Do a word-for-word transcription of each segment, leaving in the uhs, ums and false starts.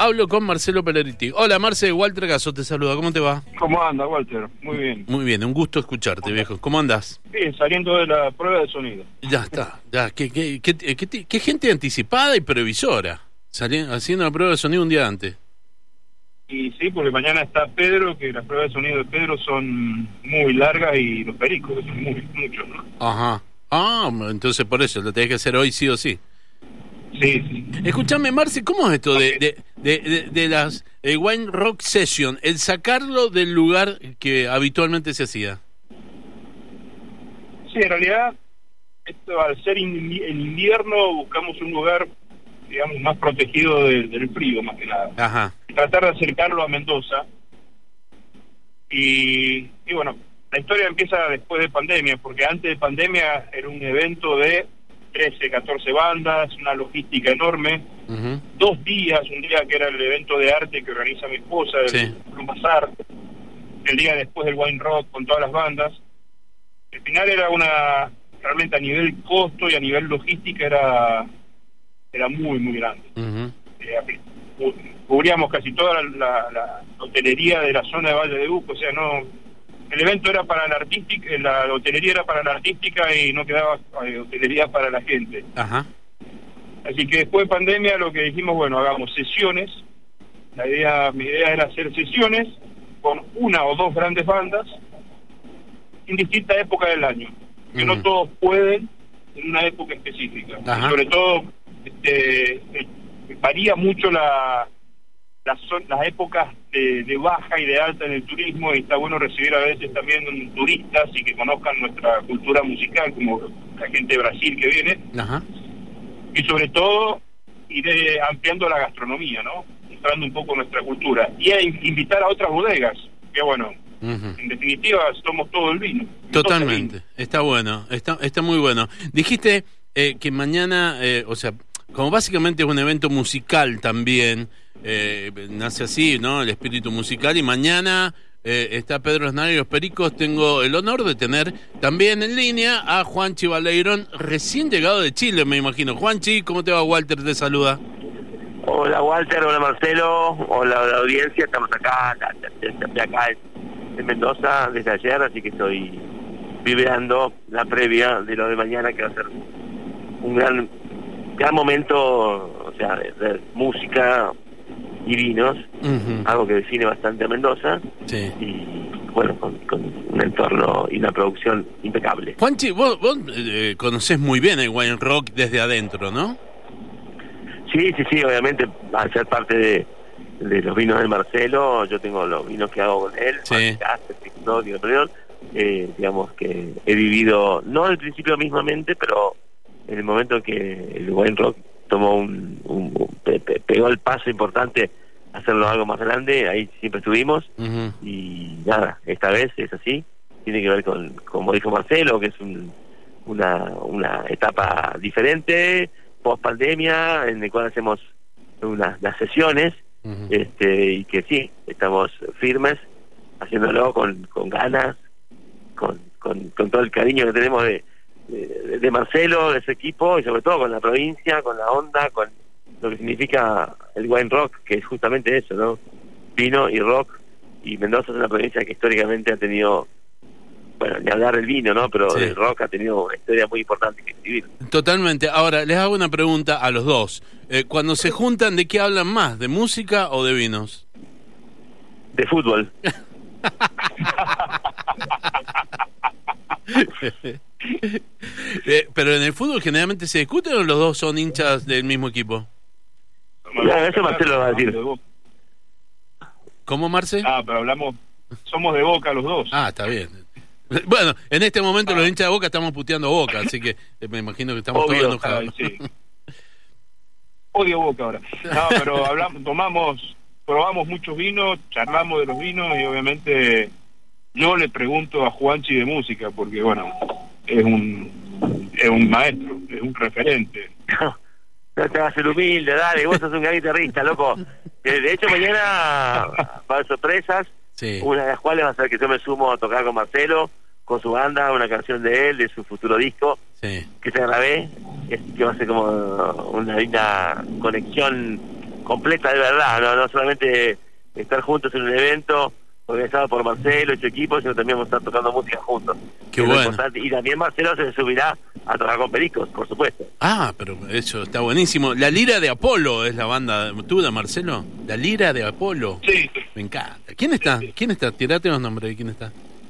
hablo con Marcelo Pelleriti. Hola, Marce, Walter Gasso te saluda. ¿Cómo te va? ¿Cómo anda, Walter? Muy bien. Muy bien, un gusto escucharte, viejo. ¿Cómo andás? Bien, saliendo de la prueba de sonido. Ya está, ya. ¿Qué, qué, qué, qué, qué, qué gente anticipada y previsora? Saliendo, haciendo la prueba de sonido un día antes. Y sí, porque mañana está Pedro, que las pruebas de sonido de Pedro son muy largas y los pericos, que son muy, muchos, ¿no? Ajá. Ah, entonces por eso, lo tenés que hacer hoy sí o sí. Sí, sí. Escuchame, Marce, ¿cómo es esto de, de, de, de, de las eh, Wine Rock Session? El sacarlo del lugar que habitualmente se hacía. Sí, en realidad, esto al ser in, en invierno buscamos un lugar, digamos, más protegido de, del frío, más que nada. Ajá. Tratar de acercarlo a Mendoza. Y, y bueno, la historia empieza después de pandemia, porque antes de pandemia era un evento de trece, catorce bandas, una logística enorme, uh-huh. Dos días, un día que era el evento de arte que organiza mi esposa, el sí. Bazar, el día después del Wine Rock con todas las bandas. Al final era una, realmente a nivel costo y a nivel logística era era muy, muy grande. Uh-huh. Eh, cubríamos casi toda la, la, la hotelería de la zona de Valle de Uco, o sea, no... El evento era para la artística, la hotelería era para la artística y no quedaba eh, hotelería para la gente. Ajá. Así que después de pandemia lo que dijimos, bueno, hagamos sesiones. La idea, mi idea era hacer sesiones con una o dos grandes bandas en distintas épocas del año. Que uh-huh. no todos pueden en una época específica. Y sobre todo, este, varía mucho la... Las, las épocas de, de baja y de alta en el turismo, y está bueno recibir a veces también turistas y que conozcan nuestra cultura musical, como la gente de Brasil que viene. Ajá. Y sobre todo ir eh, ampliando la gastronomía, ¿no? Mostrando un poco nuestra cultura y a invitar a otras bodegas, que bueno, uh-huh. en definitiva somos todo el vino. Totalmente, vino. Está bueno, está, está muy bueno. Dijiste eh, que mañana, eh, o sea, como básicamente es un evento musical también, Eh, nace así, ¿no? El espíritu musical. Y mañana eh, está Pedro Aznar y los Pericos. Tengo el honor de tener también en línea a Juanchi Baleirón, recién llegado de Chile, me imagino. Juanchi, ¿cómo te va? Walter te saluda. Hola Walter, hola Marcelo, hola la audiencia. Estamos acá, estoy acá en Mendoza desde ayer, así que estoy vibrando la previa de lo de mañana, que va a ser un gran, gran momento, o sea, de, de música y vinos, uh-huh. algo que define bastante a Mendoza, sí. Y bueno, con, con un entorno y una producción impecable. Juanchi, vos, vos eh, conocés muy bien el wine rock desde adentro, ¿no? Sí, sí, sí, obviamente, al ser parte de, de los vinos del Marcelo, yo tengo los vinos que hago con él, sí. eh, digamos que he vivido, no al principio mismamente, pero en el momento que el wine rock tomó un, un, un pe, pe, pegó el paso importante a hacerlo algo más grande, ahí siempre estuvimos, uh-huh. Y nada, esta vez es así, tiene que ver con, como dijo Marcelo, que es un, una, una etapa diferente, post pandemia, en el cual hacemos unas las sesiones, uh-huh. este y que sí, estamos firmes, haciéndolo con, con ganas, con, con, con todo el cariño que tenemos de De, de Marcelo, de ese equipo, y sobre todo con la provincia, con la onda, con lo que significa el wine rock, que es justamente eso, ¿no? Vino y rock, y Mendoza es una provincia que históricamente ha tenido, bueno, ni hablar del vino, ¿no? Pero sí. El rock ha tenido una historia muy importante que escribir. Totalmente. Ahora, les hago una pregunta a los dos. Eh, cuando se juntan, ¿de qué hablan más? ¿De música o de vinos? De fútbol. eh, pero en el fútbol generalmente se discute, o los dos son hinchas del mismo equipo. Ya, eso Marcelo lo va a decir. ¿Cómo, Marce? Ah, pero hablamos, somos de Boca los dos. Ah, está bien. Bueno, en este momento ah. los hinchas de Boca estamos puteando Boca, así que me imagino que estamos Obvio, todos enojados. Sí. Odio Boca ahora. No, pero hablamos, tomamos, probamos muchos vinos, charlamos de los vinos y obviamente yo le pregunto a Juanchi de música, porque bueno, es un es un maestro, es un referente. No, no te hagas el humilde, dale, vos sos un gran guitarrista, loco. De hecho, mañana va a haber sorpresas, sí. Una de las cuales va a ser que yo me sumo a tocar con Marcelo, con su banda, una canción de él, de su futuro disco, sí. Que se grabé, que va a ser como una linda conexión completa de verdad, no, no solamente estar juntos en un evento organizado por Marcelo y su equipo, sino también vamos a estar tocando música juntos. Qué Es bueno. importante. Y también Marcelo se subirá a tocar con Pericos, por supuesto. Ah, pero eso está buenísimo. La Lira de Apolo es la banda tuya, Marcelo. La Lira de Apolo. Sí, Me encanta. ¿Quién está? ¿Quién está? Tirate los nombres de quién está.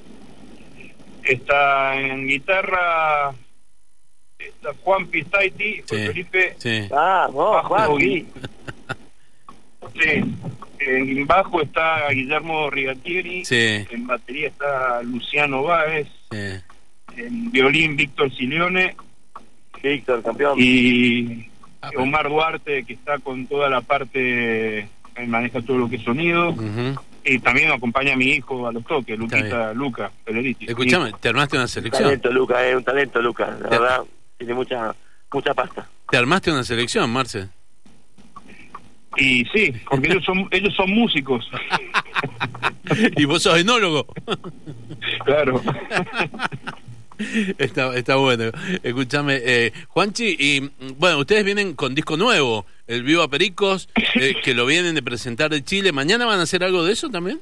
está en guitarra, está Juan Pistaiti, Sí, Felipe, sí. Ah, no, bajo, Juan, y- sí. sí, en bajo está Guillermo Rigatieri, Sí. en batería está Luciano Báez, Sí. en violín Víctor Silione Víctor, campeón. y Ah, Omar Duarte, que está con toda la parte, eh, maneja todo lo que es sonido, Ujú. y también acompaña a mi hijo a los toques, Está Luquita Luca Peleriti. Escuchame, te armaste una Un selección. talento, Luca, es un talento, Luca. La Ya. verdad, tiene mucha mucha pasta. Te armaste una selección, Marce. Y sí, porque ellos son ellos son músicos. Y vos sos enólogo. Claro. Está, está bueno. Escúchame, eh, Juanchi, y mm, bueno, ustedes vienen con disco nuevo, el Viva Pericos, eh, que lo vienen de presentar de Chile. ¿Mañana van a hacer algo de eso también?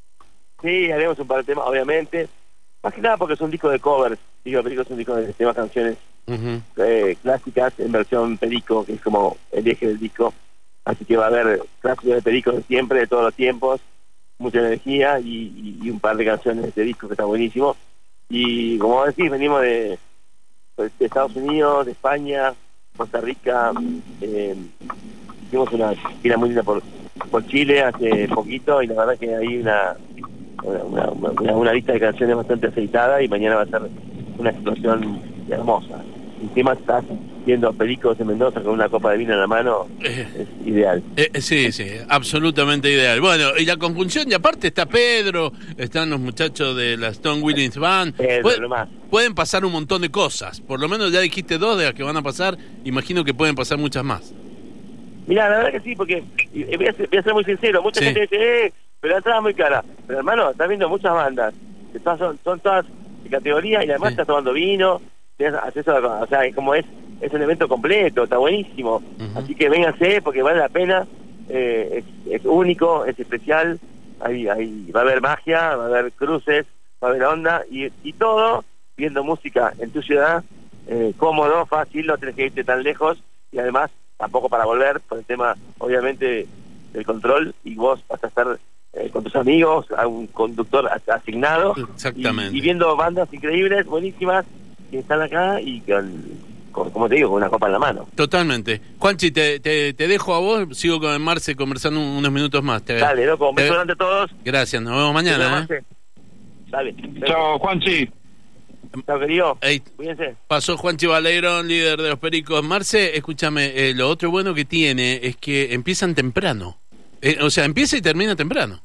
Sí, haremos un par de temas, obviamente. Más que nada porque es un disco de covers. Digo, Perico es un disco de temas, canciones Ujú. eh, clásicas en versión Perico, que es como el eje del disco. Así que va a haber clásicos de Perico de siempre, de todos los tiempos, mucha energía y, y, y un par de canciones de este disco que está buenísimo. Y como decís, venimos de, de Estados Unidos, de España, Costa Rica. Eh, hicimos una gira muy linda por, por Chile hace poquito y la verdad que hay una una, una, una, una lista de canciones bastante aceitada y mañana va a ser una explosión hermosa. Encima estás viendo Pericos en Mendoza con una copa de vino en la mano, Eh, es ideal. eh, sí, sí, absolutamente ideal. Bueno, y la conjunción, y aparte está Pedro, están los muchachos de la Stone Willings Band. Pedro, Pue- lo más. pueden pasar un montón de cosas. Por lo menos ya dijiste dos de las que van a pasar. Imagino que pueden pasar muchas más. Mira, la verdad que sí, porque y, y voy, a ser, voy a ser muy sincero, mucha Sí. gente dice, eh, pero la entrada es muy cara. Pero hermano, estás viendo muchas bandas, que todas son, son todas de categoría y además Sí. estás tomando vino, tienes acceso a, o sea, es como es, es un evento completo, está buenísimo. Ujú. Así que vénganse porque vale la pena, eh, es, es único, es especial, ahí, ahí va a haber magia, va a haber cruces, va a haber onda y, y todo viendo música en tu ciudad, eh, cómodo, fácil, no tenés que irte tan lejos y además tampoco para volver por el tema obviamente del control y vos vas a estar eh, con tus amigos, a un conductor as- asignado Exactamente. y, y viendo bandas increíbles, buenísimas que están acá y con, con, como te digo, con una copa en la mano. Totalmente. Juanchi, te, te, te dejo a vos, sigo con Marce conversando un- unos minutos más. Te- Dale, loco, un te- beso grande a todos. Gracias, nos vemos mañana. ¿eh? Dale. Chao, Juanchi. Chao, querido. Ey, Cuídense. pasó Juanchi Baleirón, líder de los Pericos. Marce, escúchame, eh, lo otro bueno que tiene es que empiezan temprano. Eh, o sea, empieza y termina temprano.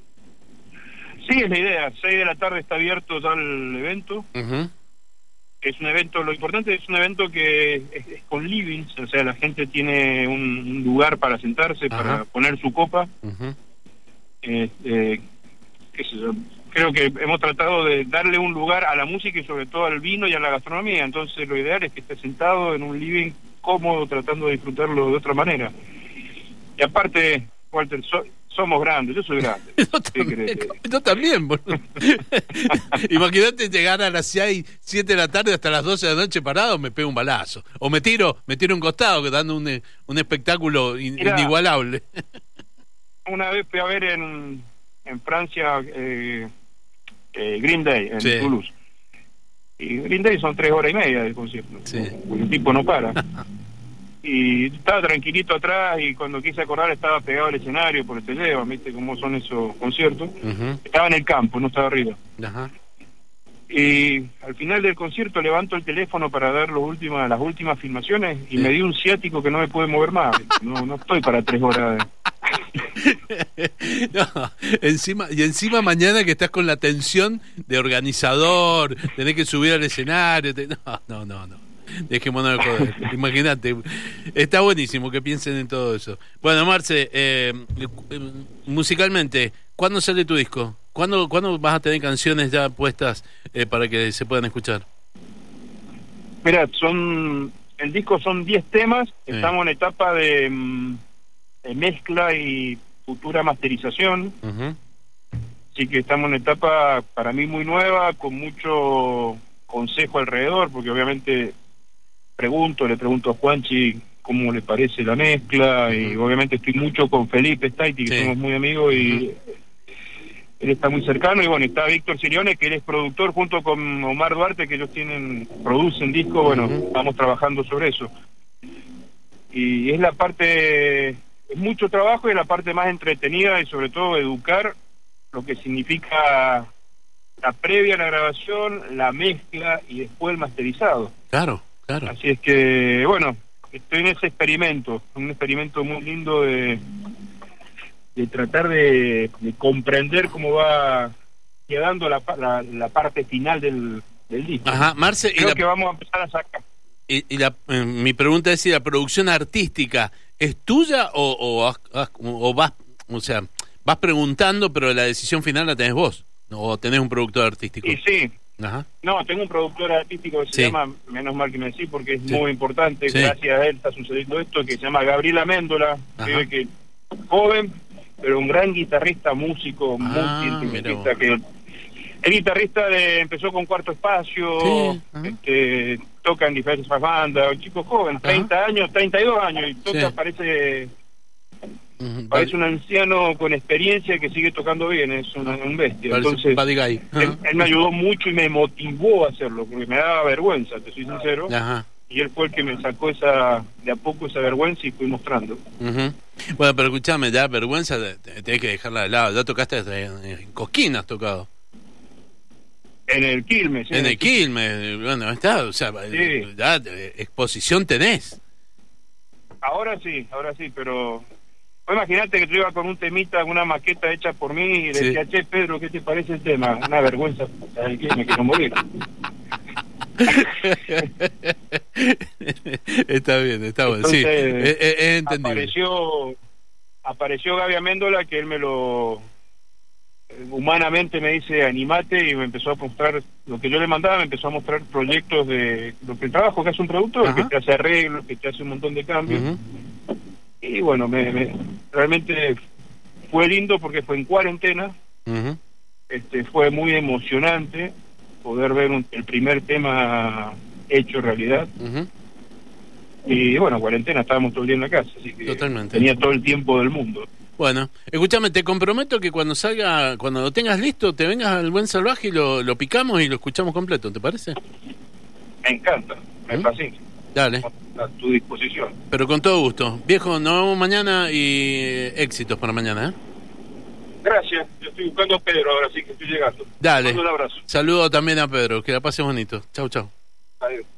Sí, es la idea. seis de la tarde está abierto ya el evento. Ujú. Es un evento, lo importante es un evento que es, es con livings, o sea, la gente tiene un, un lugar para sentarse, Ajá. para poner su copa. Ujú. Eh, eh, qué sé yo, creo que hemos tratado de darle un lugar a la música y sobre todo al vino y a la gastronomía. Entonces lo ideal es que esté sentado en un living cómodo, tratando de disfrutarlo de otra manera. Y aparte, Walter, so- somos grandes, yo soy grande. Yo ¿Qué querés también, que- yo también, boludo. Imagínate llegar a las seis, siete de la tarde hasta las doce de la noche parado, me pego un balazo. O me tiro, me tiro un costado, que dando un, eh, un espectáculo in- Mirá. inigualable. Una vez fui a ver en, en Francia eh, eh, Green Day, en Sí. Toulouse. Y Green Day son tres horas y media de concierto. Sí. El tipo no para. Y estaba tranquilito atrás y cuando quise acordar estaba pegado al escenario porque te llevan, ¿viste cómo son esos conciertos? Ujú. Estaba en el campo, no estaba arriba. Ajá. Y al final del concierto levanto el teléfono para dar los últimas, las últimas filmaciones y Sí. me dio un ciático que no me puede mover más. No, no estoy para tres horas. No, encima, y encima mañana que estás con la tensión de organizador, tenés que subir al escenario. te- no, no, no, no. Dejémonos de joder. Imagínate. Está buenísimo que piensen en todo eso. Bueno, Marce, eh, eh, musicalmente, ¿cuándo sale tu disco? ¿Cuándo, ¿Cuándo vas a tener canciones ya puestas eh, para que se puedan escuchar? Mira, son el disco son diez temas, Sí. estamos en etapa de mm, eh, mezcla y futura masterización. Uh-huh. Así que estamos en una etapa para mí muy nueva, con mucho consejo alrededor, porque obviamente pregunto, le pregunto a Juanchi cómo le parece la mezcla, uh-huh. y obviamente estoy mucho con Felipe Staiti, que sí. somos muy amigos, y uh-huh. él está muy cercano, y bueno, está Víctor Sirione, que él es productor, junto con Omar Duarte, que ellos tienen, producen discos, bueno, uh-huh. estamos trabajando sobre eso. Y es la parte, es mucho trabajo, y es la parte más entretenida, y sobre todo educar lo que significa la previa a la grabación, la mezcla, y después el masterizado. Claro, claro. Así es que, bueno, estoy en ese experimento, un experimento muy lindo de... de tratar de, de comprender cómo va quedando la, la, la parte final del, del disco. Ajá, Marce, creo y la, que vamos a empezar a sacar. Y, y la, eh, mi pregunta es si la producción artística es tuya o, o, has, has, o vas, o sea, vas preguntando, pero la decisión final la tenés vos, o tenés un productor artístico. Y sí. Ajá. No, tengo un productor artístico que se sí. llama, menos mal que me decís, porque es sí. muy importante, sí. gracias a él está sucediendo esto, que se llama Gabriel Améndola, que, que joven, pero un gran guitarrista, músico, ah, multiinstrumentista, que el guitarrista de, empezó con Cuarto Espacio, sí. este, toca en diferentes bandas, un chico joven, treinta Ajá. años, treinta y dos años, y toca, sí. parece uh-huh. parece un anciano con experiencia que sigue tocando bien, es un, un bestia. Parece entonces un uh-huh. él, él me ayudó mucho y me motivó a hacerlo, porque me daba vergüenza, te soy sincero. Ajá. Y él fue el que me sacó esa de a poco esa vergüenza y fui mostrando. Uh-huh. Bueno, pero escuchame, ya vergüenza tenés que dejarla de lado. Ya tocaste en Cosquín, has tocado. En el Quilmes. Sí, en el Quilmes, bueno, está, o sea, sí. ya exposición tenés. Ahora sí, ahora sí, pero imagínate que tú ibas con un temita, una maqueta hecha por mí y le decía, sí. che, Pedro, ¿qué te parece el tema? Una vergüenza, me quiero morir. Está bien, está bueno. Entonces, sí, es, es, es entendible. Apareció, apareció Gaby Améndola, que él me lo humanamente me dice animate, y me empezó a mostrar lo que yo le mandaba, me empezó a mostrar proyectos de lo que el trabajo que hace un productor, Ajá. que te hace arreglos, que te hace un montón de cambios. Uh-huh. Y bueno, me, me realmente fue lindo porque fue en cuarentena. Uh-huh. Este fue muy emocionante poder ver un, el primer tema hecho realidad. Uh-huh. Y bueno, cuarentena, estábamos todo el día en la casa, así que Totalmente. tenía todo el tiempo del mundo. Bueno, escúchame, te comprometo que cuando salga, cuando lo tengas listo, te vengas al Buen Salvaje y lo, lo picamos y lo escuchamos completo, ¿te parece? Me encanta, me ¿Mm? fascina. Dale. A tu disposición. Pero con todo gusto. Viejo, nos vemos mañana y éxitos para mañana, ¿eh? Gracias, yo estoy buscando a Pedro ahora, sí que estoy llegando. Dale. Un abrazo. Saludo también a Pedro, que la pase bonito. Chau, chau. Adiós.